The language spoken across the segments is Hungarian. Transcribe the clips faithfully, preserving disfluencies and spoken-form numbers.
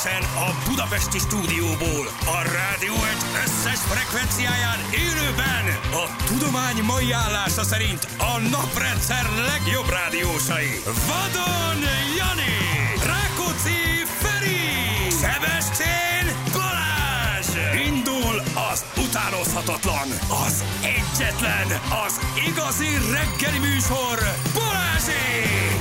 Egyenesen a budapesti stúdióból, a rádió egy összes frekvenciáján élőben a tudomány mai állása szerint a naprendszer legjobb rádiósai. Vadon Jani, Rákóczi Feri, Sebestyén Balázs. Indul az utánozhatatlan, az egyetlen, az igazi reggeli műsor, Balázsék!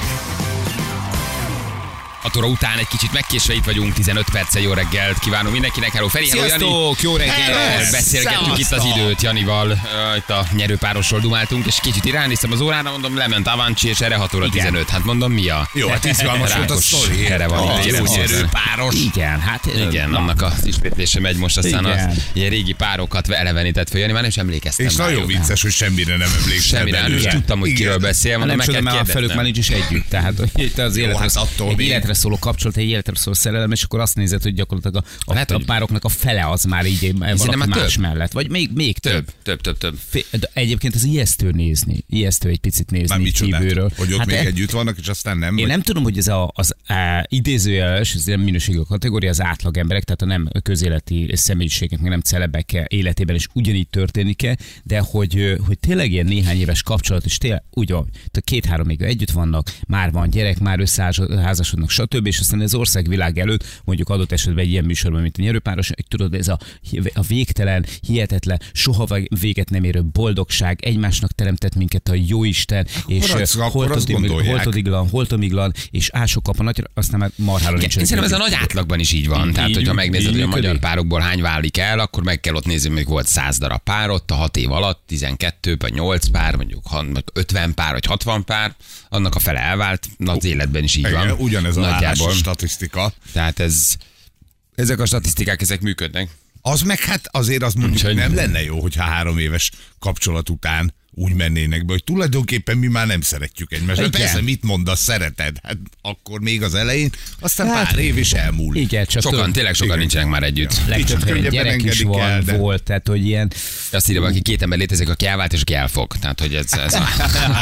hat óra után egy kicsit megkésve itt vagyunk, tizenöt perccel jó reggelt kívánunk mindenkinek. Hello Feri, hello Jani. Sziasztok, jó reggelt. Beszélgettünk itt az időt Janival, uh, itt a nyerőpárosról dumáltunk, és kicsit ránéztem az órára, mondom, lement Avancsi, és erre hat óra tizenöt. Hát mondom, mi a... Jó, hát izgalmas volt a sztori. Erre van a itt nyerőpáros. Igen, hát igen, na. Annak az ismétlése megy most, aztán igen. Az ilyen régi párokat elevenített föl. Jani, már nem is emlékeztem. És nagyon vicces, hogy semmire nem emlékszem. Semmire, nem is tudtam, hogy kiről beszél. Nem tudom, mert a felük már nincs is együtt. Tehát itt az életre szóló kapcsolat, egy életre szóló szerelem, és akkor azt nézed, hogy gyakorlatilag a, a, lehet, a pároknak a fele az már így valaki más több. mellett. Vagy még, még több. Több, több, több. több. De egyébként ez ijesztő nézni. Ijesztő egy picit nézni kívülről. Hogy ott hát még e... együtt vannak, és aztán nem. Én vagy... nem tudom, hogy ez a, az á, idézőjeles, ez nem minőségi kategória, az átlag emberek, tehát a nem közéleti személyiségek, meg nem celebek életében is ugyanígy történik-e, de hogy, hogy tényleg ilyen néhány éves kapcsolat, és tényleg úgy, hogy két-három még együtt vannak, már van gyerek, már összeházasodnak, stb. És aztán az országvilág előtt, mondjuk adott esetben egy ilyen műsorban, mint a nyerőpáros, hogy tudod, ez a, a végtelen, hihetetlen, soha véget nem érő boldogság, egymásnak teremtett minket a jóisten, és holtodiglan, holtomiglan, és ások kap a nagy, aztán már marhára nincs. Én szerintem ez a nagy átlagban is így van. Tehát, hogyha megnézed, hogy a magyar párokból hány válik el, akkor meg kell ott nézni, hogy volt száz darab pár ott a hat év alatt, tizenkettő, vagy nyolc pár, mondjuk ötven pár, vagy hatvan pár, annak a fele elvált, az életben is így van. Ugyanez a állásos statisztika. Tehát ez, ezek a statisztikák, ezek működnek. Az meg hát azért az mondjuk Úgyhogy... nem lenne jó, hogyha három éves kapcsolat után úgy mennének be, hogy tulajdonképpen mi már nem szeretjük egymást. Igen. Persze, mit mondasz, szereted? Hát akkor még az elején, aztán hát, pár év is elmúlik. Igen, csak sokan, több, tényleg sokan igen. nincsenek már együtt. Ja. Legtöbb gyerek is van, el, de... volt, tehát hogy ilyen... Azt írja, aki két ember létezik, aki elvált és aki elfog. Tehát, hogy ez... ez a...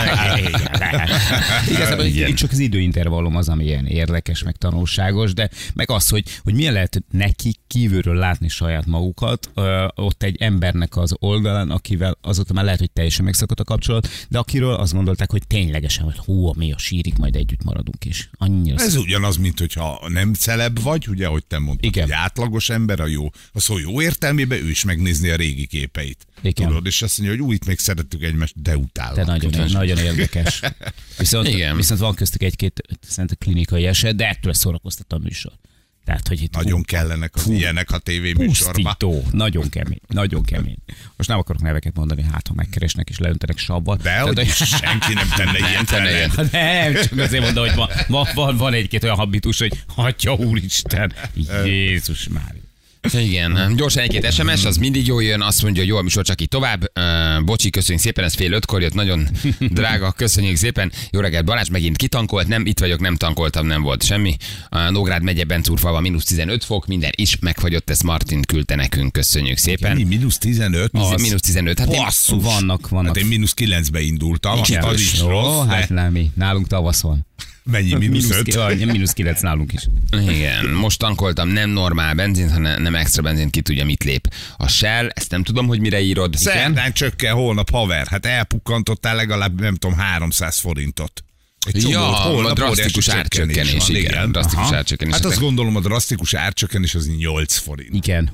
Igazából itt csak az időintervallum az, ami ilyen érdekes, meg tanulságos, de meg az, hogy, hogy milyen lehet neki kívülről látni saját magukat, ö, ott egy embernek az oldalán, akivel azóta már lehet, hogy teljesen megszakadt a kapcsolat, de akiről azt gondolták, hogy ténylegesen, hogy hú, a mi a sírig, majd együtt maradunk is. Annyira ez szó. Ugyanaz, mint hogyha nem celeb vagy, ugye, hogy te mondtad, igen. hogy átlagos ember, a jó, a szó jó értelmében, ő is megnézni a régi képeit. Igen. Tudod, és azt mondja, hogy úgy még szerettük egymást, de utálom. De nagyon, nagyon érdekes. Viszont, igen. viszont van köztük egy-két szent klinikai eset, de ettől szórakoztat a műsor. Tehát, hogy itt nagyon hú, kellenek az hú, ilyenek a tévéműsorban. Pusztító, nagyon kemény, nagyon kemény. Most nem akarok neveket mondani, hát ha megkeresnek és leöntenek savvat. De hogy is senki nem tenne ilyen tenne. Nem, csak azért mondom, hogy van, van, van, van egy-két olyan habitus, hogy hatya úristen, Jézus már. Igen, gyorsan egy-két es em es, az mindig jól jön, azt mondja, hogy jó a műsor, csak így tovább. Uh, bocsi, köszönjük szépen, ez fél ötkor jött, nagyon drága, köszönjük szépen. Jó reggelt, Balázs, megint kitankolt, nem, itt vagyok, nem tankoltam, nem volt semmi. Uh, Nógrád megye, Bencúrfalva, mínusz tizenöt fok, minden is megfagyott, ezt Martin küldte nekünk, köszönjük szépen. Mi, mínusz tizenöt? mínusz tizenöt, hát basszus. Vannak, vannak. Hát én mínusz kilencbe indultam, igen, az is rossz. Hát nem, mi, nálunk tavasz van. Mennyi, mínusz öt? Mínusz kilenc nálunk is. Igen, most tankoltam nem normál benzint, hanem nem extra benzint, ki tudja, mit lép. A Shell, ezt nem tudom, hogy mire írod. Szerdán csökken, holnap haver. Hát elpukkantottál legalább, nem tudom, háromszáz forintot. Egy ja, holnap a drasztikus árcsökkenés, igen. igen. Drasztikus árcsökkenés. Hát azt gondolom, a drasztikus árcsökkenés az nyolc forint. Igen.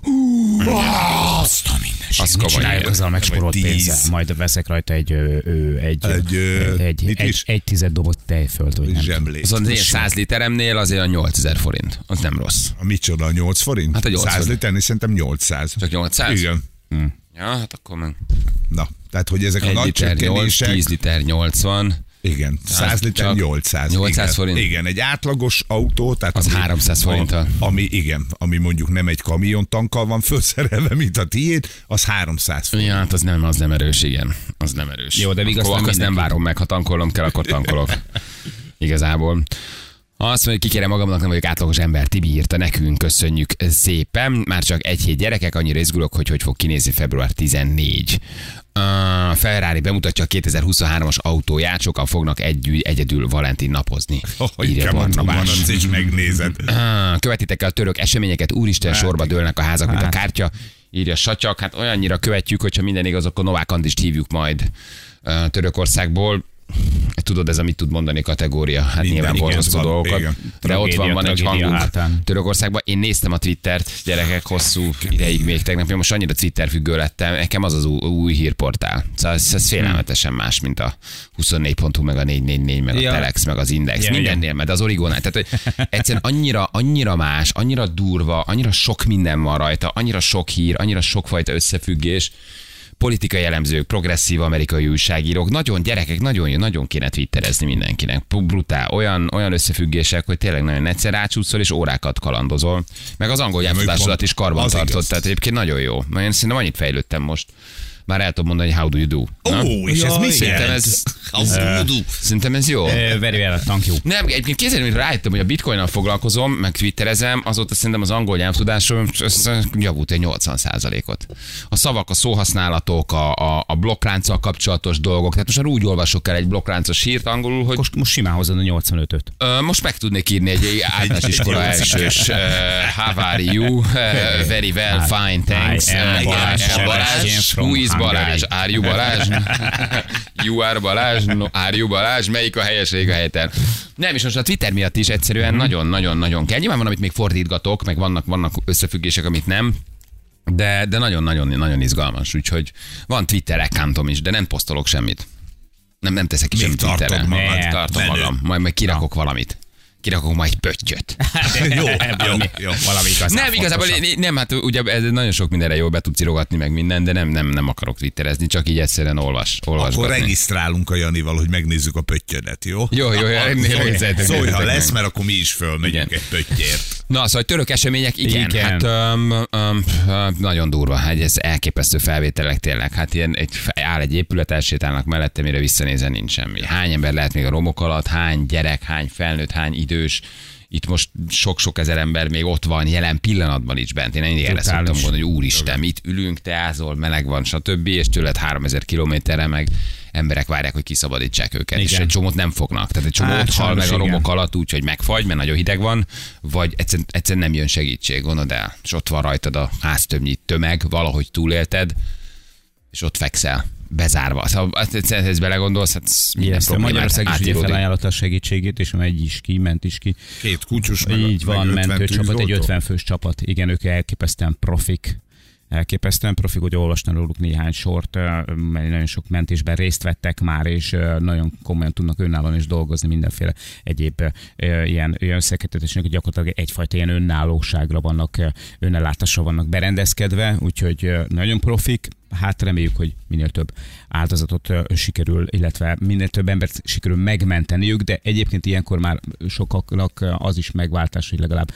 Azt a Azt csináljuk azzal megsporolt pénzzel. Majd veszek rajta egy egy egy, egy, egy, egy tized dobot tejfölt. Azon az én száz literemnél azért a nyolcezer forint. Az nem rossz. A micsoda, a nyolc forint? Hát a nyolc száz liternél szerintem nyolcszáz. Csak nyolcszáz? Igen. Hm. Ja, hát akkor meg. Na, tehát hogy ezek a nagy csökkenések. tíz liter nyolcvan. Igen, száz liter nyolcszáz. nyolcszáz igen. forint. Igen, egy átlagos autó, tehát az ami, háromszáz forinttal. Ami igen, ami mondjuk nem egy kamion tankkal van felszerelve, mint a tiéd, az háromszáz forint. Ja, hát az nem, az nem erős, igen. Az nem erős. Jó, de akkor, akkor azt nem várom meg, ha tankolnom kell, akkor tankolok. Igazából. Azt mondja, hogy kikérem magamnak, nem vagyok átlagos ember. Tibi írta nekünk, köszönjük szépen. Már csak egy hét gyerekek, annyira izgulok, hogy hogy fog kinézni február tizennégy. A Ferrari bemutatja a kétezer-huszonhármas autóját, sokan fognak egy, egyedül Valentin napozni. Hogy Barnabás is megnézed. Követitek el a török eseményeket, úristen, hát, sorba dőlnek a házak, mint a kártya. Írja Satyak, hát olyannyira követjük, hogyha minden igaz, akkor Novák Andist hívjuk majd Törökországból. Tudod, ez a mit tud mondani kategória? Hát minden, nyilván borzasztó dolgokat. Igen. De tragédia, ott van, van egy hangunk hátán. Törökországban. Én néztem a Twittert, gyerekek, hosszú ideig még tegnap. Én most annyira Twitter függő lettem. Nekem az az új, új hírportál. Szóval ez, ez félelmetesen más, mint a huszonnégy pont hu, meg a négy négy négy, meg ja. a Telex, meg az Index. Ja, mindennél, mert az Origonál. Tehát, hogy egyszerűen annyira, annyira más, annyira durva, annyira sok minden van rajta, annyira sok hír, annyira sokfajta összefüggés. Politikai elemzők, progresszív amerikai újságírók, nagyon gyerekek, nagyon jó, nagyon kéne twitterezni mindenkinek. Brutál, olyan, olyan összefüggések, hogy tényleg nagyon egyszer rácsúszol és órákat kalandozol. Meg az angol nyelvtudásodat is karban tartott, tehát egyébként nagyon jó. Én szerintem annyit fejlődtem most. Már el tudom mondani, hogy how do you do. Ó, oh, és ez mi szerintem ez, uh, szerintem ez jó. Uh, very well, thank you. Nem, egyébként kézzel, hogy rájöttem, hogy a bitcoinnal foglalkozom, meg twitterezem, azóta szerintem az angol nyelvtudásom javult egy nyolcvan százalékot. A szavak, a szóhasználatok, a, a, a blokklánccal kapcsolatos dolgok, tehát most már úgy olvasok el egy blokkláncos hírt angolul, hogy... Most, most simán hozod a nyolcvanötöt. Uh, most meg tudnék írni egy általános iskola elsős. Uh, how are you? Uh, very well, fine, thanks. Uh, Balázs, who is Balázs? Are you Balázs? You are Balázs? No, are you Balázs? Melyik a helyeség a helyeten? Nem, és most a Twitter miatt is egyszerűen nagyon-nagyon-nagyon kell. Nyilván van, amit még fordítgatok, meg vannak, vannak összefüggések, amit nem. De, de nagyon-nagyon-nagyon izgalmas. Úgyhogy van Twitter accountom is, de nem posztolok semmit. Nem, nem teszek ki semmit Twitterre. Magad, tartom menő. magam. Majd, majd kirakok ja. valamit. Kirakok majd egy pöttyöt. jó, jó, jó, valami igazán Nem, igazából nem, hát ugye ez nagyon sok mindenre jól be tudsz írogatni meg minden, de nem, nem, nem akarok twitterezni, csak így egyszerűen olvas, olvasgatni. Akkor regisztrálunk a Janival, hogy megnézzük a pöttyödet, jó? Jó, jó, jó. Szólj, ha lesz, mert akkor mi is fölmegyünk egy pöttyért. Na, szóval török események, igen, igen. hát um, um, nagyon durva, hát ez elképesztő felvételek tényleg. Hát ilyen egy, áll egy épület, elsétálnak mellette, mire visszanézel, nincs semmi. Hány ember lehet még a romok alatt, hány gyerek, hány felnőtt, hány idős. Itt most sok-sok ezer ember még ott van, jelen pillanatban is bent. Én ennyi erre szoktam gondolni, hogy úristen, itt ülünk, teázol, meleg van, stb. És tőled háromezer kilométerre meg emberek várják, hogy kiszabadítsák őket. Igen. És egy csomót nem fognak. Tehát egy csomó hát, ott hal meg a romok alatt úgy, hogy megfagy, mert nagyon hideg van, vagy egyszerűen, egyszerűen nem jön segítség, gondold el. És ott van rajtad a háztöbbnyi tömeg, valahogy túlélted, és ott fekszel. Bezárva. Szóval ezt belegondolsz, hát minden problémát Magyarország is ugye felajánlotta a segítségét, és megy is ki, ment is ki. Két kutyus, meg, így van, mentőcsapat, egy ötven fős csapat. Igen, ők elképesztően profik. Elképesztően profik, hogy olvastam róluk néhány sort, mert nagyon sok mentésben részt vettek már, és nagyon komolyan tudnak önállóan is dolgozni mindenféle egyéb ilyen összekötetésnek, hogy gyakorlatilag egyfajta ilyen önállóságra vannak, önellátásra vannak berendezkedve, úgyhogy nagyon profik. Hát reméljük, hogy minél több áldozatot sikerül, illetve minél több embert sikerül megmenteniük, de egyébként ilyenkor már sokaknak az is megváltás, hogy legalább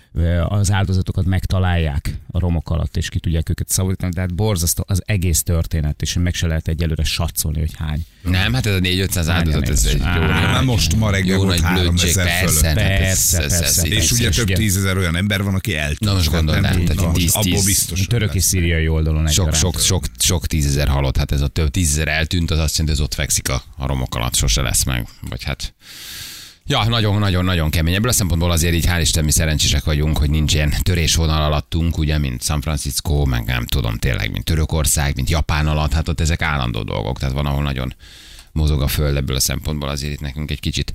az áldozatokat megtalálják a romok alatt, és ki tudják őket szabadítani. Tehát borzasztó az egész történet, és meg se lehet egyelőre satszolni, hogy hány. Nem, hát ez a négy-ötszáz áldozat, ez egy jó nagy, most ma reggel volt háromezer fölött. Persze, persze. És ugye több tízezer olyan ember van, aki eltűnt. Na most gondold el, tehát abból biztos. Török és szíriai oldalon egy sok, sok, sok, sok tízezer halott, hát ez a több tízezer eltűnt, az azt jelenti, hogy az ott fekszik a, a romok alatt, sose lesz meg. Vagy hát... Ja, nagyon-nagyon-nagyon kemény. Ebből a szempontból azért így hál' Isten mi szerencsések vagyunk, hogy nincs ilyen törésvonal alattunk, ugye, mint San Francisco, meg nem tudom tényleg, mint Törökország, mint Japán alatt, hát ott ezek állandó dolgok, tehát van, ahol nagyon mozog a föld ebből a szempontból, azért itt nekünk egy kicsit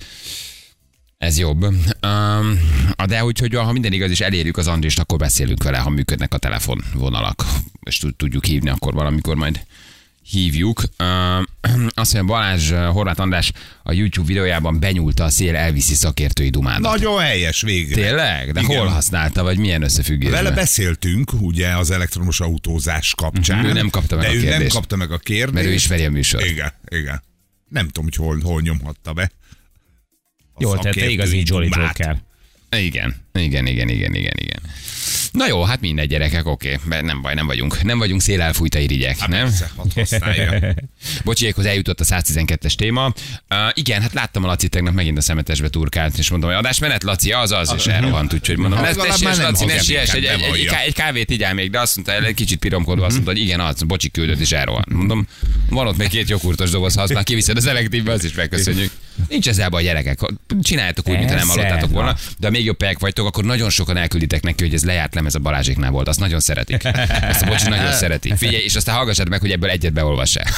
ez jobb. Um, de úgyhogy ha minden igaz is elérjük az Andrist, akkor beszélünk vele, ha működnek a telefonvonalak, és tudjuk hívni akkor valamikor majd hívjuk. Uh, azt mondja, Balázs, Horváth András a YouTube videójában benyúlta a szél, elviszi szakértői dumádat. Nagyon helyes végre. Tényleg? De igen. Hol használta, vagy milyen összefüggésben? Vele beszéltünk, ugye, az elektromos autózás kapcsán. Ő nem kapta meg de a kérdést. ő nem kapta meg a kérdést. Mert ő ismeri a műsort. Igen, igen. Nem tudom, hogy hol, hol nyomhatta be. Jól tette, igazi Jolly Joker. Igen, igen, igen, igen, igen, igen. Na jó, hát mindegy gyerekek, oké, okay. Nem baj, nem vagyunk. Nem vagyunk szélelfújta irigyek, hát nem? Bocsiékhoz eljutott a száztizenkettes téma. Uh, igen, hát láttam a Laci tegnap megint a szemetesbe turkált, és mondom, hogy adásmenet, Laci, az az, és elrohant, úgyhogy mondom, ne siess, Laci, ne siess, egy, egy, egy, egy kávét igyál még, de azt mondta, egy kicsit piromkodva, azt mondta, hogy igen, az, bocsi, küldött, és elrohant. Mondom, van ott még két jogurtos doboz, ha azt már kiviszed az elektívbe, azt is megköszönjük. Nincs ezzel baj, gyerekek. Csináljátok úgy, mintha nem hallottátok volna, de ha még jobb pejek vagytok, akkor nagyon sokan elkülditek neki, hogy ez lejárt lemez a Balázséknál volt. Azt nagyon szeretik. Ezt a Bocsi nagyon szereti. Figyelj, és aztán hallgassad meg, hogy ebből egyet beolvassa.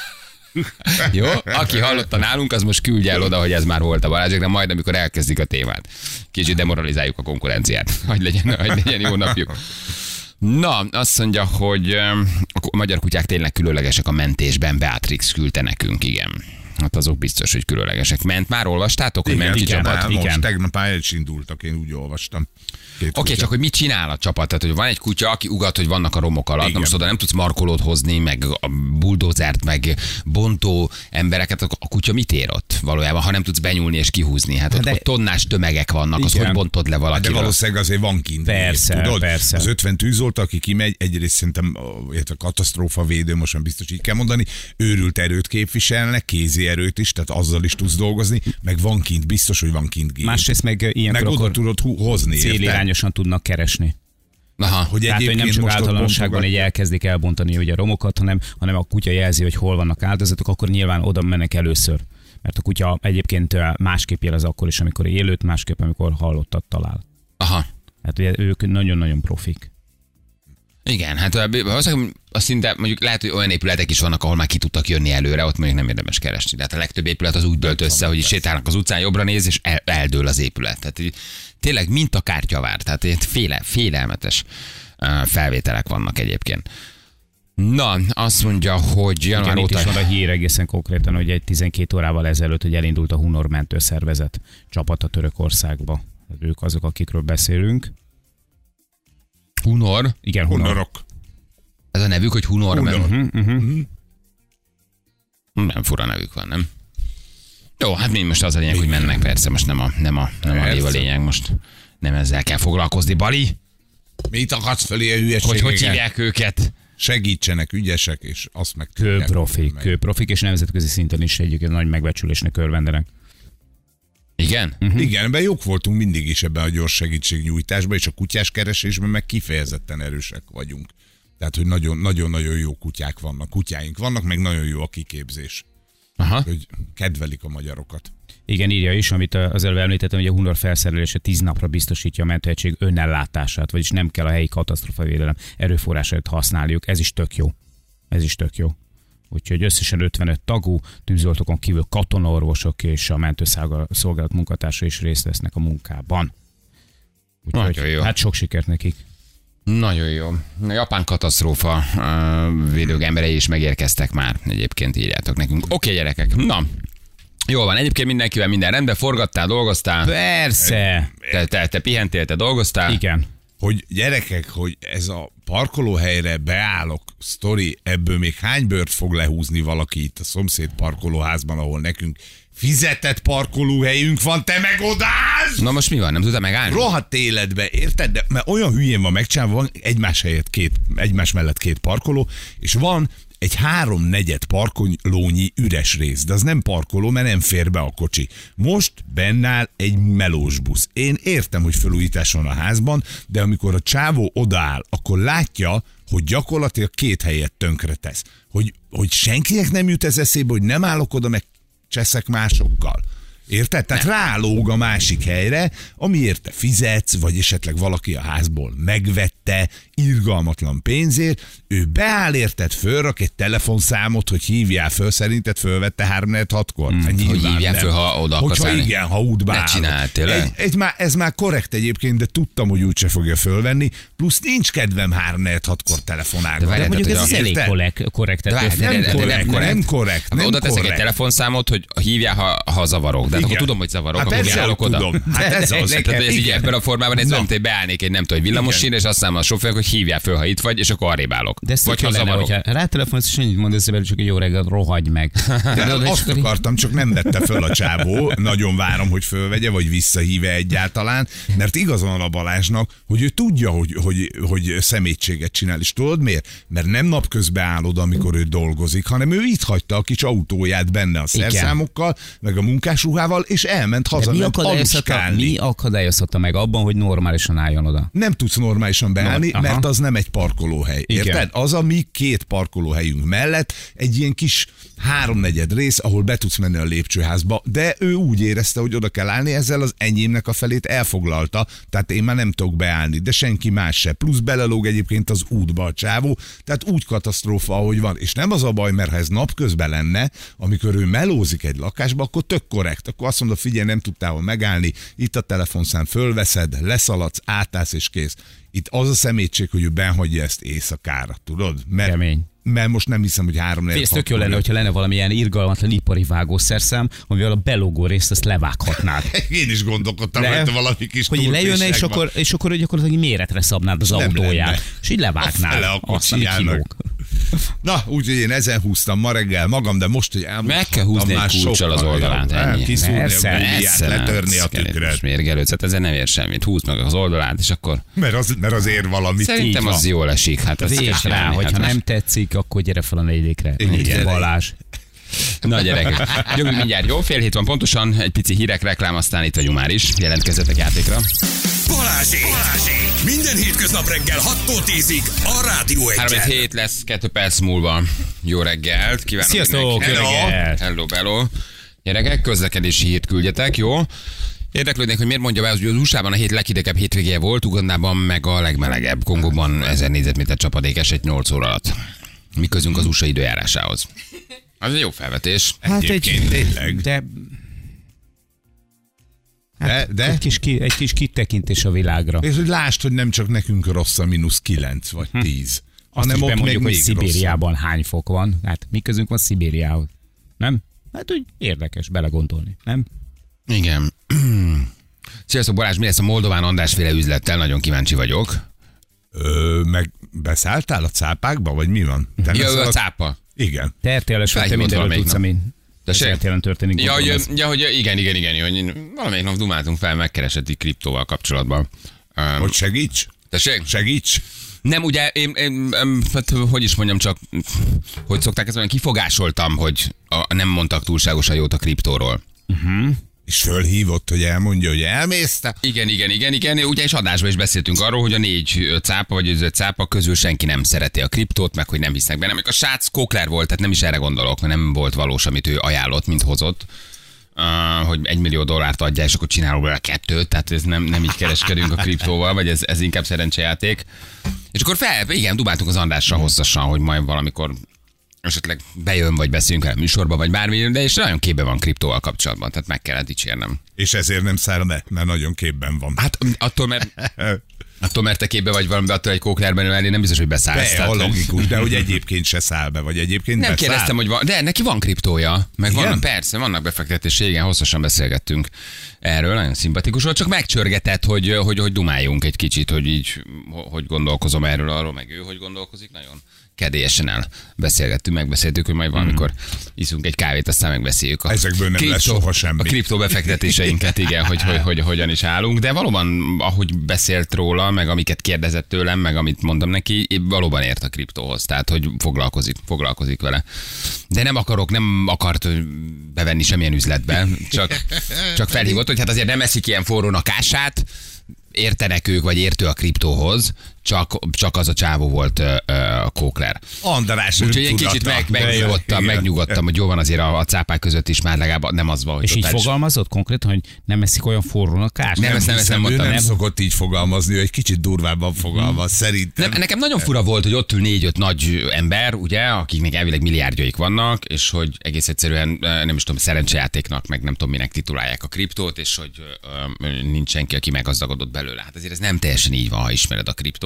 Jó? Aki hallotta nálunk, az most küldje el oda, hogy ez már volt a Balázséknál, majd amikor elkezdik a témát. Kicsit demoralizáljuk a konkurenciát. Hogy legyen, hogy legyen jó napjuk. Na, azt mondja, hogy a magyar kutyák tényleg különlegesek a mentésben. Beatrix küldte nekünk, igen. Hát azok biztos, hogy különlegesek. Ment már, olvastátok, hogy ment ki csapat? Most igen. Tegnap már is indultak, én úgy olvastam. Oké, okay, csak hogy mit csinál a csapat? Tehát, hogy van egy kutya, aki ugat, hogy vannak a romok alatt. Na most oda nem tudsz markolót hozni, meg a buldózert, meg bontó embereket. A kutya mit ér ott valójában, ha nem tudsz benyúlni és kihúzni? Hát ott, ott tonnás tömegek vannak, az hogy bontod le valakivel? De valószínűleg azért van kint. Persze, tudod? Persze. Az ötven tűzoltó, aki kimegy, egyrészt szerintem a katasztrófa védő, most már biztos így kell mondani, őrült erőt képviselnek, kézi erőt is, tehát azzal is tudsz dolgozni, meg van kint, biztos, hogy van kint gép. Másrészt meg ilyenkor meg oda tudod hozni. Célirányosan tudnak keresni. Aha, hogy tehát, hogy nem csak általánosságban így elkezdik elbontani ugye a romokat, hanem, hanem a kutya jelzi, hogy hol vannak áldozatok, akkor nyilván oda mennek először. Mert a kutya egyébként másképp jelez akkor is, amikor élőt, másképp, amikor halottat talál. Aha. Hát ugye ők nagyon-nagyon profik. Igen, hát azt szinte mondjuk lehet, hogy olyan épületek is vannak, ahol már ki tudtak jönni előre, ott mondjuk nem érdemes keresni. Tehát a legtöbb épület az úgy dölt össze, hogy sétálnak az utcán, jobbra néz, és el, eldől az épület. Tehát tényleg mint a kártyavár, tehát féle, félelmetes felvételek vannak egyébként. Na, azt mondja, hogy január igen, óta... itt is van a hír egészen konkrétan, hogy egy tizenkét órával ezelőtt, hogy elindult a Hunor mentőszervezet csapata Törökországba. Ők azok, akikről beszélünk. Hunor? Igen, Hunor. Hunorok. Ez a nevük, hogy Hunor? Hunor. Uh-huh, uh-huh. Uh-huh. Nem fura nevük van, nem? Jó, hát mi most az a lényeg, hogy mennek, persze, most nem a, nem a, nem a lév a lényeg, most nem ezzel kell foglalkozni. Bali? Mit akarsz fölé a hülyeségeket? Hogy hogy hívják őket? Segítsenek, ügyesek, és azt meg kőprofik, kőprofik, és nemzetközi szinten is egyébként nagy megbecsülésnek örvendenek. Igen? Uh-huh. Igen, ebben jók voltunk mindig is ebben a gyors segítségnyújtásban, és a kutyás keresésben meg kifejezetten erősek vagyunk. Tehát, hogy nagyon-nagyon jó kutyák vannak, kutyáink vannak, meg nagyon jó a kiképzés. Aha. Hogy kedvelik a magyarokat. Igen, írja is, amit az előbb említettem, hogy a Hunor felszerelése tíz napra biztosítja a mentőegység önellátását, vagyis nem kell a helyi katasztrófavédelem erőforrásait használniuk. Ez is tök jó. Ez is tök jó. Úgyhogy összesen ötvenöt tagú, tűzoltókon kívül katonaorvosok és a mentőszolgálat munkatársai is részt vesznek a munkában. Úgyhogy hát sok sikert nekik. Nagyon jó. A japán katasztrófa védők emberei is megérkeztek már, egyébként írjátok nekünk. Oké, okay, gyerekek, na, jól van, egyébként mindenkivel minden rendben, forgattál, dolgoztál. Persze. Te, te, te pihentél, te dolgoztál. Igen. Hogy gyerekek, hogy ez a parkolóhelyre beállok sztori, ebből még hány bört fog lehúzni valaki itt a szomszéd parkolóházban, ahol nekünk fizetett parkolóhelyünk van, te meg odállsz! Na most mi van, nem tudta megállni? Rohadt életbe, érted? De mert olyan hülyén van megcsinálva, van egymás helyett két, egymás mellett két parkoló, és van egy háromnegyed parkolónyi üres rész, de az nem parkoló, mert nem fér be a kocsi. Most benne áll egy melós busz. Én értem, hogy felújítás van a házban, de amikor a csávó odaáll, akkor látja, hogy gyakorlatilag két helyet tönkre tesz. Hogy, hogy senkinek nem jut ez eszébe, hogy nem állok oda, meg cseszek másokkal. Érted? Tehát rálóg a másik helyre, amiért te fizetsz, vagy esetleg valaki a házból megvette irgalmatlan pénzért, ő beáll, érted, fölrak egy telefonszámot, hogy hívjál föl, szerinted fölvette három negyven hatkor? Mm, hát hogy hívjál föl, ha oda akarsz állni. Igen, ha útba állok. Ne csináld, tényleg. Egy, egy már, ez már korrekt egyébként, de tudtam, hogy úgyse fogja fölvenni, plusz nincs kedvem három negyven hatkor telefonálni. De, de mondjuk ez az elég korrekt. Nem korrekt, nem korrekt. Oda teszek egy telefonszámot, hogy hívjál, ha, ha zavarok. De Tehát akkor tudom, hogy zavarok, Hát akkor persze, állok oda. tudom. Hát ez az. Tehát ez így ebben a formában ez Na. olyan, hogy beállnék egy nem tudom, egy villamosin, és azt mondom a sofőrnek, hogy hívjál föl, ha itt vagy, és akkor arrébb állok. De ezt Vagy vagy ha lenne, zavarok. hogyha rátelefonálsz, és annyit mondasz, hogy csak egy jó reggel, rohagy meg. De azt akartam, csak nem vette föl a csávó. Nagyon várom, hogy fölvegye, vagy visszahíve egyáltalán, mert igaza van a Balázsnak, hogy ő tudja, hogy, hogy, hogy szemétséget csinál. És tudod miért? Mert nem napközben áll oda, amikor ő dolgozik, hanem ő itt hagyta a kis autóját benne a szerszámokkal, meg a munkásruhával, és elment haza, mi ment akadályozhatta, aluskálni. mi akadályozhatta meg abban, hogy normálisan álljon oda? Nem tudsz normálisan beállni, Aha. mert az nem egy parkolóhely. Igen. Érted? Az a mi két parkolóhelyünk mellett egy ilyen kis háromnegyed rész, ahol be tudsz menni a lépcsőházba, de ő úgy érezte, hogy oda kell állni, ezzel az enyémnek a felét elfoglalta, tehát én már nem tudok beállni, de senki más se. Plusz belelóg egyébként az útba a csávó, tehát úgy katasztrófa, ahogy van. És nem az a baj, mert ha ez napközben lenne, amikor ő melózik egy lakásba, akkor tök korrekt. Akkor azt mondod, figyelj, nem tudtál hol megállni, itt a telefonszám, fölveszed, leszaladsz, átállsz és kész. Itt az a szemétség, hogy ő benhagyja ezt éjszakára, tudod? Mert, Kemény. mert most nem hiszem, hogy három négy Ez tök jó lenne, hogyha lenne valamilyen irgalmatlan ipari vágószerszám, amivel a belogó részt azt levághatnád. Én is gondolkodtam, Le- hogy valami kis Hogy így lejönne, és túlfések van. akkor, és akkor gyakorlatilag méretre szabnád az Nem autóját. lenne. És így levágnád. Fele a azt, ami kocsijának. kilóg. Na, úgyhogy én ezen húztam ma reggel magam, de most, hogy elmondtam, Meg kell húzni már egy kulccsal az sokkal oldalát, jobb. ennyi. Kiszúrni a Persze, gumiját, letörni a tükröt. És mérgelődsz, hát ezzel nem ér semmit. Húzd meg az oldalát, és akkor Mert az, mert az ér valamit. szerintem Így az van. jól esik. Hát ezt kell Vésd rá, csinálni, hogyha hát nem most- tetszik, akkor gyere fel a negyedikre. Igen. Igen, Balázs. Na gyerekek, jövünk mindjárt, jó? Fél hét van pontosan, egy pici hírek, reklám, aztán itt vagyunk már is. Jelentkezzetek játékra. Balázsék! Balázsék! Minden hétköznap reggel hattól tízig a Rádió három egyen. hét lesz, kettő perc múlva. Jó reggelt, kívánok Sziasztok, mindenkinek. jó Hello. reggelt. Hello, hello. Gyerekek, közlekedési hírt küldjetek, jó? Érdeklődnék, hogy miért mondja be, hogy az u es á-ban a hét leghidegebb hétvégéje volt, Ugandában meg a legmelegebb. Kongóban ezer négyzetméter csapadék esett nyolc óra alatt. Mi közünk az u es á időjárásához? Az egy jó felvetés. Hát Egyébként tényleg. De, De, de? egy, kis ki, egy kis kitekintés a világra. És hogy lásd, hogy nem csak nekünk rossz a mínusz kilenc vagy tíz, Azt hanem is ott meg bemondjuk, hogy még Szibériában hány fok van. Hát mi közünk van Szibériához? Nem? Hát úgy érdekes belegondolni, nem? Igen. Sziasztok Balázs, mi lesz a Moldován Andrásféle üzlettel? Nagyon kíváncsi vagyok. Ö, meg beszálltál a cápákba, vagy mi van? Te Ja, leszel ő a cápa. Igen. Te er té el-es vagy, te Felhívott mindenről valamelyik tudsz, nap. ami Tessék? er té el-en történik. Ja, gondolom, hogy, ez. ja, hogy igen, igen, igen, hogy valamelyik nap dumáltunk fel, megkeresett így kriptóval kapcsolatban. Um, Hogy segíts? tessék? Segíts? Nem, ugye, én, én, én hát, hogy is mondjam, csak hogy szokták ezt mondani, kifogásoltam, hogy a, nem mondtak túlságosan jót a kriptóról. És fölhívott, hogy elmondja, hogy elmész te? Igen, igen, igen, igen. Ugye és adásban is beszéltünk arról, hogy a négy cápa vagy az öt cápa közül senki nem szereti a kriptót, meg hogy nem hisznek benne. Még a srác Kokler volt, tehát nem is erre gondolok, mert nem volt valós, amit ő ajánlott, mint hozott. Uh, hogy egy millió dollárt adja, és akkor csinálunk vele kettőt, tehát ez nem, nem így kereskedünk a kriptóval, vagy ez, ez inkább szerencsejáték. És akkor fel, igen, dubáltunk az Andrásra hosszasan, hogy majd valamikor esetleg bejön, vagy beszélünk el műsorba, vagy bármi, de és nagyon képbe van kriptóval kapcsolatban, tehát meg kellett dicsérnem. És ezért nem száll be, mert nagyon képben van. Hát attól, mert attól, mert te képbe vagy valami, attól egy kóklerben ülni, nem biztos, hogy beszállsz. Be, Tehát, a hogy- logikus, de hogy egyébként se száll be, vagy egyébként Nem beszáll. kérdeztem, hogy van, de neki van kriptója, meg Igen? vannak, persze, vannak befektetési, igen, hosszasan beszélgettünk erről, nagyon szimpatikus volt, csak megcsörgetett, hogy, hogy, hogy dumáljunk egy kicsit, hogy így, hogy gondolkozom erről, arról, meg ő, hogy gondolkozik, nagyon kedélyesen elbeszélgettünk, megbeszéltük, hogy majd valamikor iszunk egy kávét, aztán megbeszéljük a Ezekből nem lesz soha semmi. a kriptóbefektetéseinket, igen, hogy, hogy, hogy, hogyan is állunk, de valóban, ahogy beszélt róla, meg amiket kérdezett tőlem, meg amit mondtam neki, valóban ért a kriptóhoz, tehát hogy foglalkozik, foglalkozik vele. De nem akarok, nem akart ö, bevenni semmilyen üzletbe, csak, csak felhívott, hogy hát azért nem eszik ilyen forrón a kását, értenek ők, vagy értő a kriptóhoz, csak, csak az a csávó volt ö, ö, a Kókler. András Úgyhogy egy öntudata. kicsit meg, megnyugodtam, Igen. megnyugodtam, hogy jó van azért a, a cápák között is már legalább nem az van, hogy És így totális- fogalmazott konkrétan, hogy nem eszik olyan forrón a kás? Nem, ezt nem, ezt nem Hiszem, ő mondtam. nem Nem. szokott így fogalmazni, ő egy kicsit durvábban fogalmaz, szerintem. Nem, nekem nagyon fura volt, hogy ott ül négy-öt nagy ember, ugye, akiknek elvileg milliárdjaik vannak, és hogy egész egyszerűen eh, nem is tudom, szerencsejátéknak, meg nem tudom, minek titulálják a kriptót, és hogy ö, ö, nincs senki, aki meggazdagodott belőle. Hát azért ez nem teljesen így van, ha ismered a kriptót.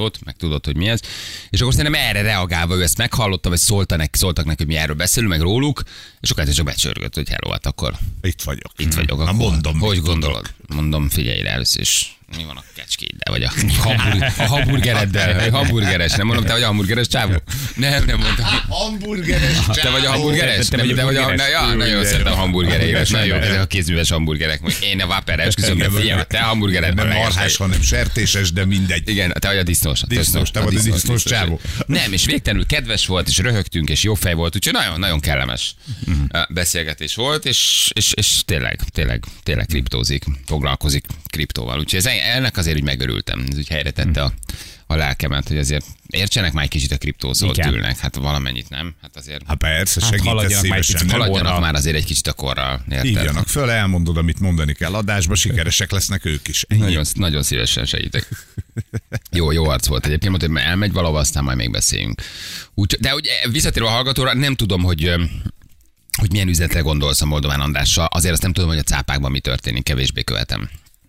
kriptót, meg tudod, hogy mi ez. És akkor szerintem erre reagálva ő ezt meghallotta, vagy szólta neki, szóltak neki, hogy mi erről beszélünk, meg róluk, és akkor csak becsörgött, hogy hello, hát akkor itt vagyok. Itt vagyok. Na akkor, mondom, hogy gondolod? Tudok. Mondom, figyelj rá először is. Mi van a kecskéddel, vagy a, hamburg, a hamburgereddel, a hamburgeres, nem mondom, te vagy a hamburgeres csávó? Nem, nem mondtam. Hamburgeres csávó. Te vagy a hamburgeres? Te, te, nem, vagy te vagy a, hamburgeres. na, ja, nagyon szeretem a hamburgereiret, nagyon jó, ezek a kézműves hamburgerek. Én a Whopper-es köszönöm, figyelj, te a hamburgered. Nem marhás, hanem sertéses, de mindegy. Igen, te vagy a disznós. Disznós, te vagy a disznós csávó. Nem, és végtelenül kedves volt, és röhögtünk, és jó fej volt, úgyhogy nagyon, nagyon kellemes beszélgetés volt, és, és, és tényleg, tényleg, tényleg kriptózik, foglalkozik kriptóval. Úgyhogy ez, ennek azért úgy megörültem. Ez úgy helyre tette a, a lelkemet, hogy azért értsenek már egy kicsit a kriptózót ülnek. Hát valamennyit nem. Hát azért. Hát persze, hát segítesz szívesen. Haladjanak már azért egy kicsit a korral. Hívjanak föl, elmondod, amit mondani kell adásba, sikeresek lesznek ők is. Nagyon, nagyon szívesen segítek. Jó, jó arc volt egyébként, mondta, hogy elmegy valahova, aztán majd még beszéljünk. Úgy, de úgy visszatérve a hallgatóra, nem tudom, hogy hogy milyen üzletre gondolsz a Moldován Andrással. Azért azt nem tudom, hogy a cápákban mi történik, kevésbé követem.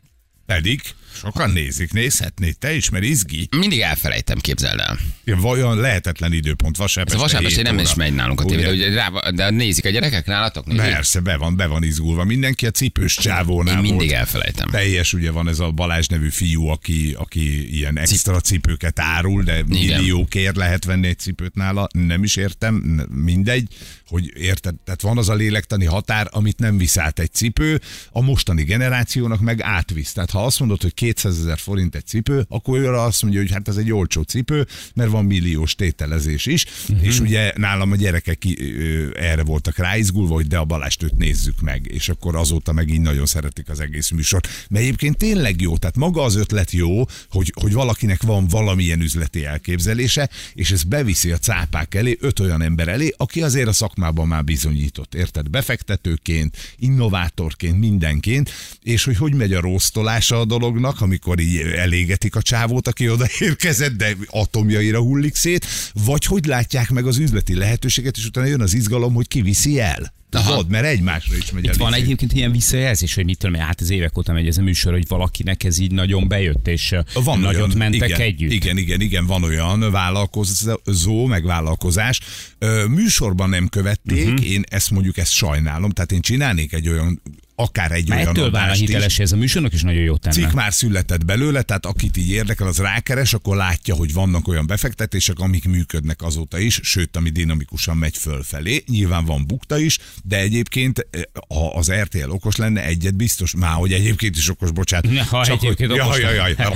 Pedig sokan nézik, nézhetnéd te is, mert izgi. Mindig elfelejtem, képzeld el. Ja, vajon lehetetlen időpont, vasárnap este. Vasárnap este nem is megy nálunk a tévé, de, rá, de nézik a gyerekek nálatok? Nézik? Persze, be van, be van izgulva. Mindenki a cipős csávónál. Én mindig volt. Elfelejtem. Teljes, ugye van ez a Balázs nevű fiú, aki, aki ilyen extra cipőket árul, de milliókért lehet venni egy cipőt nála. Nem is értem, mindegy, hogy érted, tehát van az a lélektani határ, amit nem visz át egy cipő, a mostani generációnak meg átvisz. Tehát ha azt mondod, hogy kétszázezer forint egy cipő, akkor ő azt mondja, hogy hát ez egy olcsó cipő, mert van milliós tételezés is, uh-huh. és ugye nálam a gyerekek erre voltak ráizgulva, hogy de a Balást őt nézzük meg, és akkor azóta meg így nagyon szeretik az egész műsort. Mert egyébként tényleg jó, tehát maga az ötlet jó, hogy, hogy valakinek van valamilyen üzleti elképzelése, és ez beviszi a cápák elé, öt olyan ember elé, aki azért a szakmában már bizonyított, érted? Befektetőként, innovátorként, mindenként, és hogy hogy megy a rosztolása a dolognak, amikor így elégetik a csávót, aki odaérkezett, de atomjaira hullik szét, vagy hogy látják meg az üzleti lehetőséget, és utána jön az izgalom, hogy ki viszi el. Tudod, mert egymásra is megy el. Itt van egyébként ilyen visszajelzés, hogy mit tudom, hát az évek óta megy ez a műsor, hogy valakinek ez így nagyon bejött, és van nagyon olyan, mentek igen, együtt. Igen, igen, igen, van olyan vállalkozó, meg vállalkozás. Műsorban nem követték, uh-huh. én ezt mondjuk ezt sajnálom, tehát én csinálnék egy olyan akár egy már olyan ettől válna hiteles, ez a műsornak is nagyon jó tenne. Cikk már született belőle, tehát akit így érdekel, az rákeres, akkor látja, hogy vannak olyan befektetések, amik működnek azóta is, sőt, ami dinamikusan megy fölfelé. Nyilván van bukta is, de egyébként, ha az er té el okos lenne, egyet biztos, már hogy egyébként is okos, bocsánat. Ne, ha csak egyébként hogy, okos. Jaj, jaj,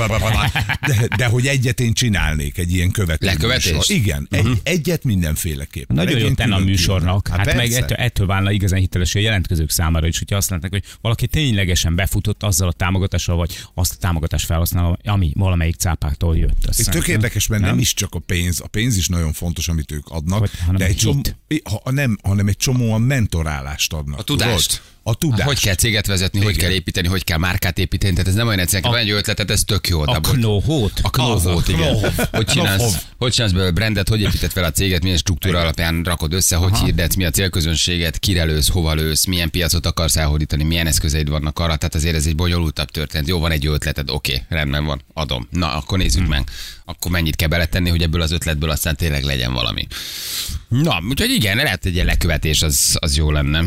de, de hogy egyet én csinálnék, egy ilyen követő. Lekövetés? Igen, egy, uh-huh. egyet mindenféleképp. Nagyon jó tenne a műsornak. Hát, hát meg ettől, ettől válna igazán hiteles a jelentkezők számára is, hogyha azt látnak, hogy valaki ténylegesen befutott azzal a támogatással, vagy azt a támogatást felhasználva, ami valamelyik cápáktól jött. Ez tök érdekes, mert nem? nem is csak a pénz, a pénz is nagyon fontos, amit ők adnak, hogy, hanem de egy csomó, ha, nem, hanem egy csomóan mentorálást adnak. A tudást. Tudod? A tudás. Hogy kell céget vezetni, igen. Hogy kell építeni, hogy kell márkát építeni, tehát ez nem olyan egyszerűen, van egy ötletet, ez tök jó. A knóhót. A knóhót, igen. Hogy csinálsz, hogy csinálsz belőle brandet, hogy épített fel a céget, milyen struktúra alapján rakod össze, hogy Aha. hirdetsz, mi a célközönséget, kire lősz, hova lősz, milyen piacot akarsz elhódítani, milyen eszközeid vannak arra, tehát azért ez egy bonyolultabb történet. Jó, van egy ötleted, oké, okay, rendben van, adom. Na, akkor nézzük hmm. meg. Akkor mennyit kell beletenni, hogy ebből az ötletből aztán tényleg legyen valami. Na, úgyhogy igen, lehet egy ilyen lekövetés, az, az jó lenne.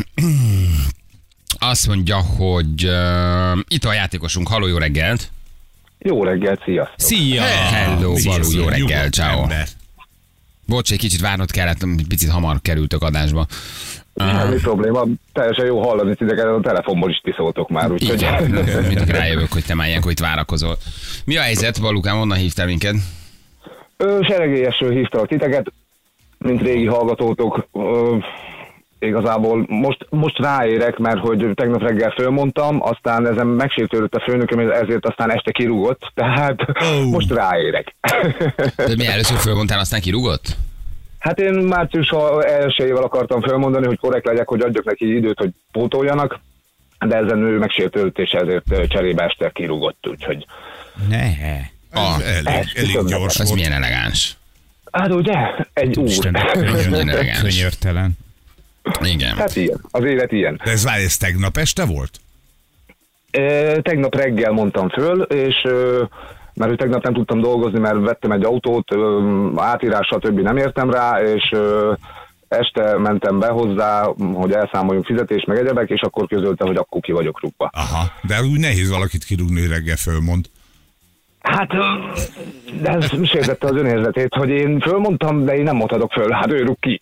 Azt mondja, hogy uh, itt a játékosunk. Halló, jó reggelt! Jó reggelt, sziasztok! Szia! Hello, Balú, jó reggel, ciao. Bocs, egy kicsit várnod kellett, egy picit hamar kerültök adásba. Semmi uh, probléma, teljesen jó hallani titeket, a telefonból is ti szóltok már, úgyhogy... Igen, mindig rájövök, hogy te már ilyenkor itt várakozol. Mi a helyzet, Balukám, onnan hívtál minket? Seregélyesről hívtalak titeket, mint régi hallgatótok. Ö, Igazából most, most ráérek, mert hogy tegnap reggel fölmondtam, aztán ezen megsértődött a főnököm, ezért aztán este kirúgott, tehát oh. most ráérek. De mi először fölmondtál, aztán kirúgott? Hát én március elsejével akartam fölmondani, hogy korrekt legyek, hogy adjak neki időt, hogy pótoljanak, de ezen ő megsértődött, és ezért cserébe este kirúgott, úgyhogy... Ne. Ah, elég, elég gyors Ez volt. milyen elegáns. Hát ugye, egy úr. Könyörtelen. Igen. Hát ilyen, az élet ilyen. De ez várj, ez tegnap este volt? E, tegnap reggel mondtam föl, és e, mert hogy tegnap nem tudtam dolgozni, mert vettem egy autót, átírással többi nem értem rá, és este mentem be hozzá, hogy elszámoljunk fizetés, meg egyebek, és akkor közölte, hogy akkor ki vagyok rúgva. Aha, de úgy nehéz valakit kirúgni, hogy reggel fölmond. Hát, de ez sértette az önérzetét, hogy én fölmondtam, de én nem mondhatok föl, hát ő rúg ki.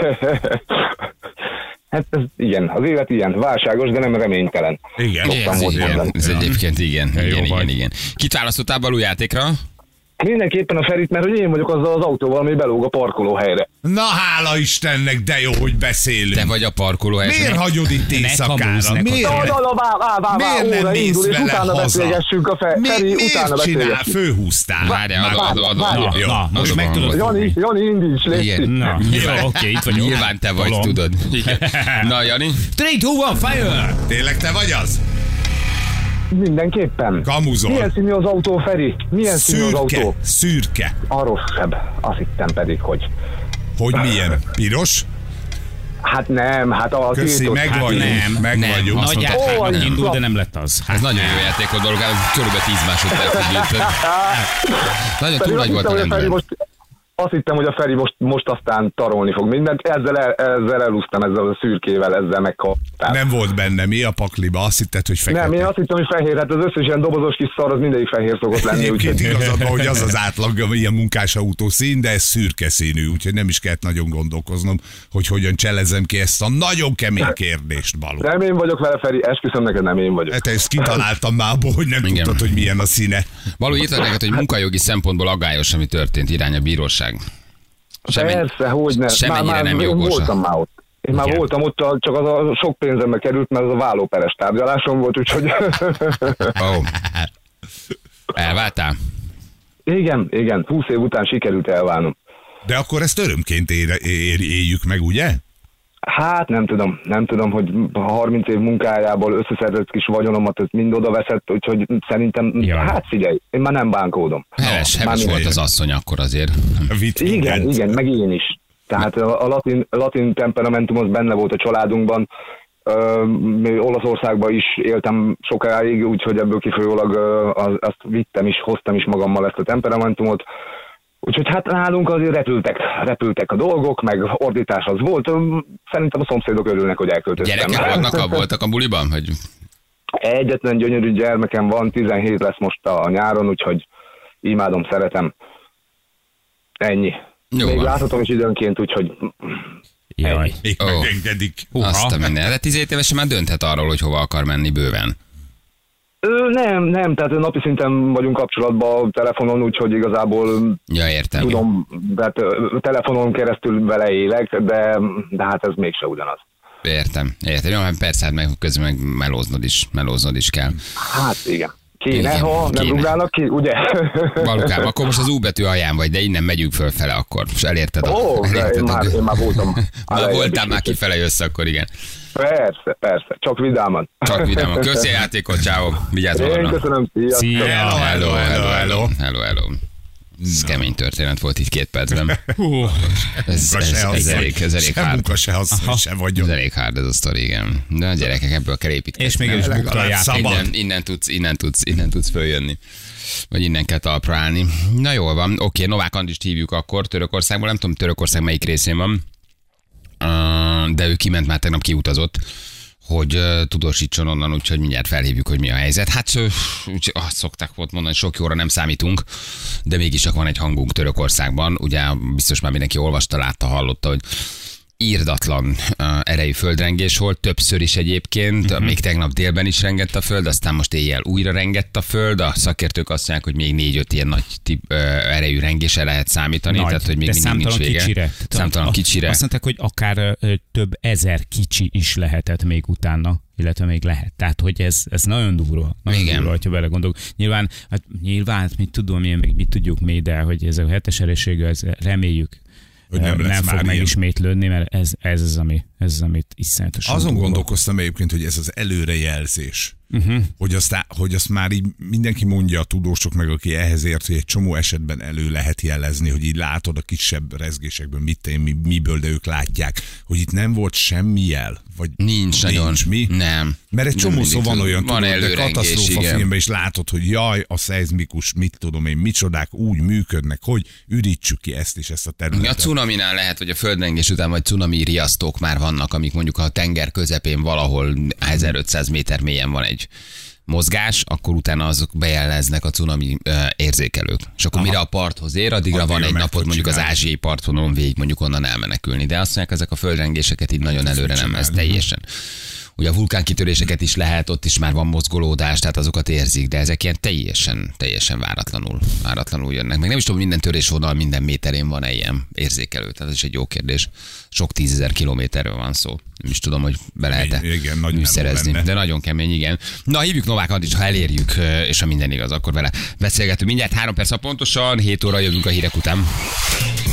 Hát ez igen, az élet ilyen, válságos, de nem reménytelen. Igen, Ez, igen, ez egyébként igen, igen, igen, igen, igen. Kit választottál balújátékra? Mindenképpen a Ferit, mert hogy én vagyok azzal az autóval, ami belóg a parkolóhelyre. Na hála Istennek, de jó, hogy beszélünk. Te vagy a parkolóhely. Miért hagyod itt éjszakára? Miért? Miért nem mész vele utána haza? beszélgessünk a Feri, Mi, utána miért csinál? beszélgessünk. Főhúztál. Várjál, adom, adom, adom, adom. Jó. Na, most meg tudod. Jani, Jani, indíts, légy Igen. szíves. Na, jó, oké, itt vagyok. Nyilván te vagy, Tolom. tudod. Igen. Na, Jani? három, kettő, egy, fire! Tényleg te vagy az? Mindenképpen. Kamuzol. Milyen színű az autó, Feri? Milyen színű az Szürke, autó? szürke. A rosszabb. Azt hittem pedig, hogy... Hogy milyen? Piros? Hát nem, hát a Köszi, tiltott- meg Hát vagyunk, nem, meg nem. vagyunk. Azt Nagy mondta, áthágnak hogy- indul, de nem lett az. Ez nagyon jó játék volt, Balogán, körülbelül tíz másodpercet gyűjtött. Nagyon túl Pedig nagy azt volt a hittem, hogy a Feri lendület. most, azt hittem, hogy a Feri most, most aztán tarolni fog mindent. Ezzel, el, ezzel elúsztam, ezzel a szürkével, ezzel megkaptam. Nem volt benne, mi a pakliba? Azt hitted, hogy fekete. Nem, én azt hittem, hogy fehér, hát az összes ilyen dobozos kis szar, az mindegyik fehér szokott lenni. Egyébként Úgyhogy... igazad van, hogy az az átlag, ilyen munkásautó szín, de ez szürke színű, úgyhogy nem is kellett nagyon gondolkoznom, hogy hogyan cselezem ki ezt a nagyon kemény kérdést, Balú. Nem én vagyok vele, Feri, esküszöm neked, nem én vagyok. Hát ezt kitaláltam már abból, hogy nem Igen. tudtad, hogy milyen a színe. Balú, írtad neked, hogy munkajogi szempontból aggályos, ami történt, irány a bíróság. Semmi- Persze, hogy ne. semmennyire nem én jogos. voltam már ott. Én már Igen. voltam ott, csak az a sok pénzembe került, mert az a vállóperes tárgyalásom volt, úgyhogy... Ó. Elváltál? igen, igen, húsz év után sikerült elválnom. De akkor ezt örömként ér, ér, éljük meg, ugye? Hát nem tudom, nem tudom, hogy harminc év munkájából összeszerzett kis vagyonomat, ez mind oda veszett, úgyhogy szerintem, Jaj. hát figyelj, én már nem bánkódom. Heves, heves már volt az asszony akkor azért. Vitt Igen, mindent. igen, meg én is. Tehát a a latin, latin temperamentum az benne volt a családunkban. Ö, mi Olaszországban is éltem sokáig, úgyhogy ebből kifolyólag ö, az, azt vittem is, hoztam is magammal ezt a temperamentumot. Úgyhogy hát nálunk azért repültek, repültek a dolgok, meg ordítás az volt. Ö, Szerintem a szomszédok örülnek, hogy elköltöztem. Gyerekek vannak, a, voltak a buliban? Hogy... Egyetlen gyönyörű gyermekem van, tizenhét lesz most a nyáron, úgyhogy imádom, szeretem. Ennyi. Jó Még van. láthatom is időnként, úgyhogy Jaj. Még Ó. megengedik. Azt a minden. De tizenhét évesen már dönthet arról, hogy hova akar menni bőven. Ö, nem, nem, tehát napi szinten vagyunk kapcsolatban telefonon, úgyhogy igazából Ja, értem. tudom, tehát ö, telefonon keresztül vele élek, de, de hát ez mégse ugyanaz. Értem, értem. Jó, hát persze, hát meg közben meg melóznod is, melóznod is kell. Hát igen. Kéne, Igen, ha nem kéne. rúgálnak ki, ugye? Balukám, akkor most az U betű alján vagy, de innen megyünk fölfele akkor. Most elérted a... Ó, de elérted én a- már, én már voltam. Na, voltál is, már úgyhogy- kifele jössz, akkor igen. Persze, persze, csak vidáman. Csak vidáman. Köszi a játékot, ciao. Vigyázz Én magadra. köszönöm, sziasztok. Szia. Hello, hello, hello. hello. Hello, hello. Ez kemény történet volt itt két percben. Hú. Ez, Munka ez, se ez, asszony, elég, ez elég se hard. munka, se asszony, se Ez vagyok. elég hard ez a sztori, igen. De a gyerekek ebből kell építkezni. És még el is nem? bukta a Legalább játék. szabad. Innen, innen, tudsz, innen, tudsz, innen tudsz följönni. Vagy innen kell talpra állni. Na jól van, oké, Novák Andrist hívjuk akkor Törökországból. Nem tudom, Törökország melyik részén van. Uh, de ő kiment, már tegnap kiutazott, hogy uh, tudósítson onnan, úgyhogy mindjárt felhívjuk, hogy mi a helyzet. Hát uh, úgy, azt szokták volt mondani, sok jóra nem számítunk, de mégis csak van egy hangunk Törökországban. Ugye biztos már mindenki olvasta, látta, hallotta, hogy írdatlan uh, erejű földrengés volt, többször is egyébként, uh-huh. még tegnap délben is rengett a föld, aztán most éjjel újra rengett a föld, a szakértők azt mondják, hogy még négy-öt ilyen nagy tip, uh, erejű rengésre lehet számítani, Nagy, tehát hogy még de mindig nincs számtalan vége. kicsire. Számtalan A- kicsire. Azt mondták, hogy akár ö, több ezer kicsi is lehetett még utána, illetve még lehet. Tehát, hogy ez, ez nagyon durva. Nagyon Igen. durva, hogyha belegondolok. Nyilván, hát nyilván, hát mit tudom, milyen, még mit tudjuk még, de hogy ez a hetes erősségű, ez reméljük, Hogy nem lesz nem már fog ilyen. megismétlődni, mert ez, ez az, ami, ez az, amit iszonyatosan Azon durva. gondolkoztam egyébként, hogy ez az előrejelzés. Uh-huh. Hogy, azt, hogy azt már így mindenki mondja, a tudósok meg, aki ehhez ért, hogy egy csomó esetben elő lehet jelezni, hogy így látod a kisebb rezgésekből, mit én, mi, miből, de ők látják, hogy itt nem volt semmi jel. Vagy nincs, nincs nagyon. Mi? Nem. Mert egy csomó szó van olyan, van tudod, de katasztrófa filmben is látod, hogy jaj, a szeizmikus, mit tudom én, micsodák úgy működnek, hogy ürítsük ki ezt és ezt a területet. A cunaminál lehet, hogy a földrengés után vagy cunami riasztók már vannak, amik mondjuk a tenger közepén valahol ezerötszáz méter mélyen van egy mozgás, akkor utána azok bejeleznek a cunami uh, érzékelők. És akkor Aha. mire a parthoz ér, addigra addigra van egy napot mondjuk az ázsiai partvonalon végig mondjuk onnan elmenekülni. De azt mondják, ezek a földrengéseket így nagyon előre nem, ez teljesen. Ugye a vulkánkitöréseket is lehet, ott is már van mozgolódás, tehát azokat érzik, de ezek ilyen teljesen, teljesen váratlanul, váratlanul jönnek. Meg nem is tudom, minden törésvonal, minden méterén van-e ilyen érzékelő, tehát ez is egy jó kérdés. Sok tízezer kilométerről van szó. Nem is tudom, hogy be lehet-e műszerezni. De nagyon kemény, igen. Na, hívjuk Novák Andit, ha elérjük, és ha minden igaz, akkor vele beszélgetünk. Mindjárt három perc pontosan, hét óra jövünk a hírek után.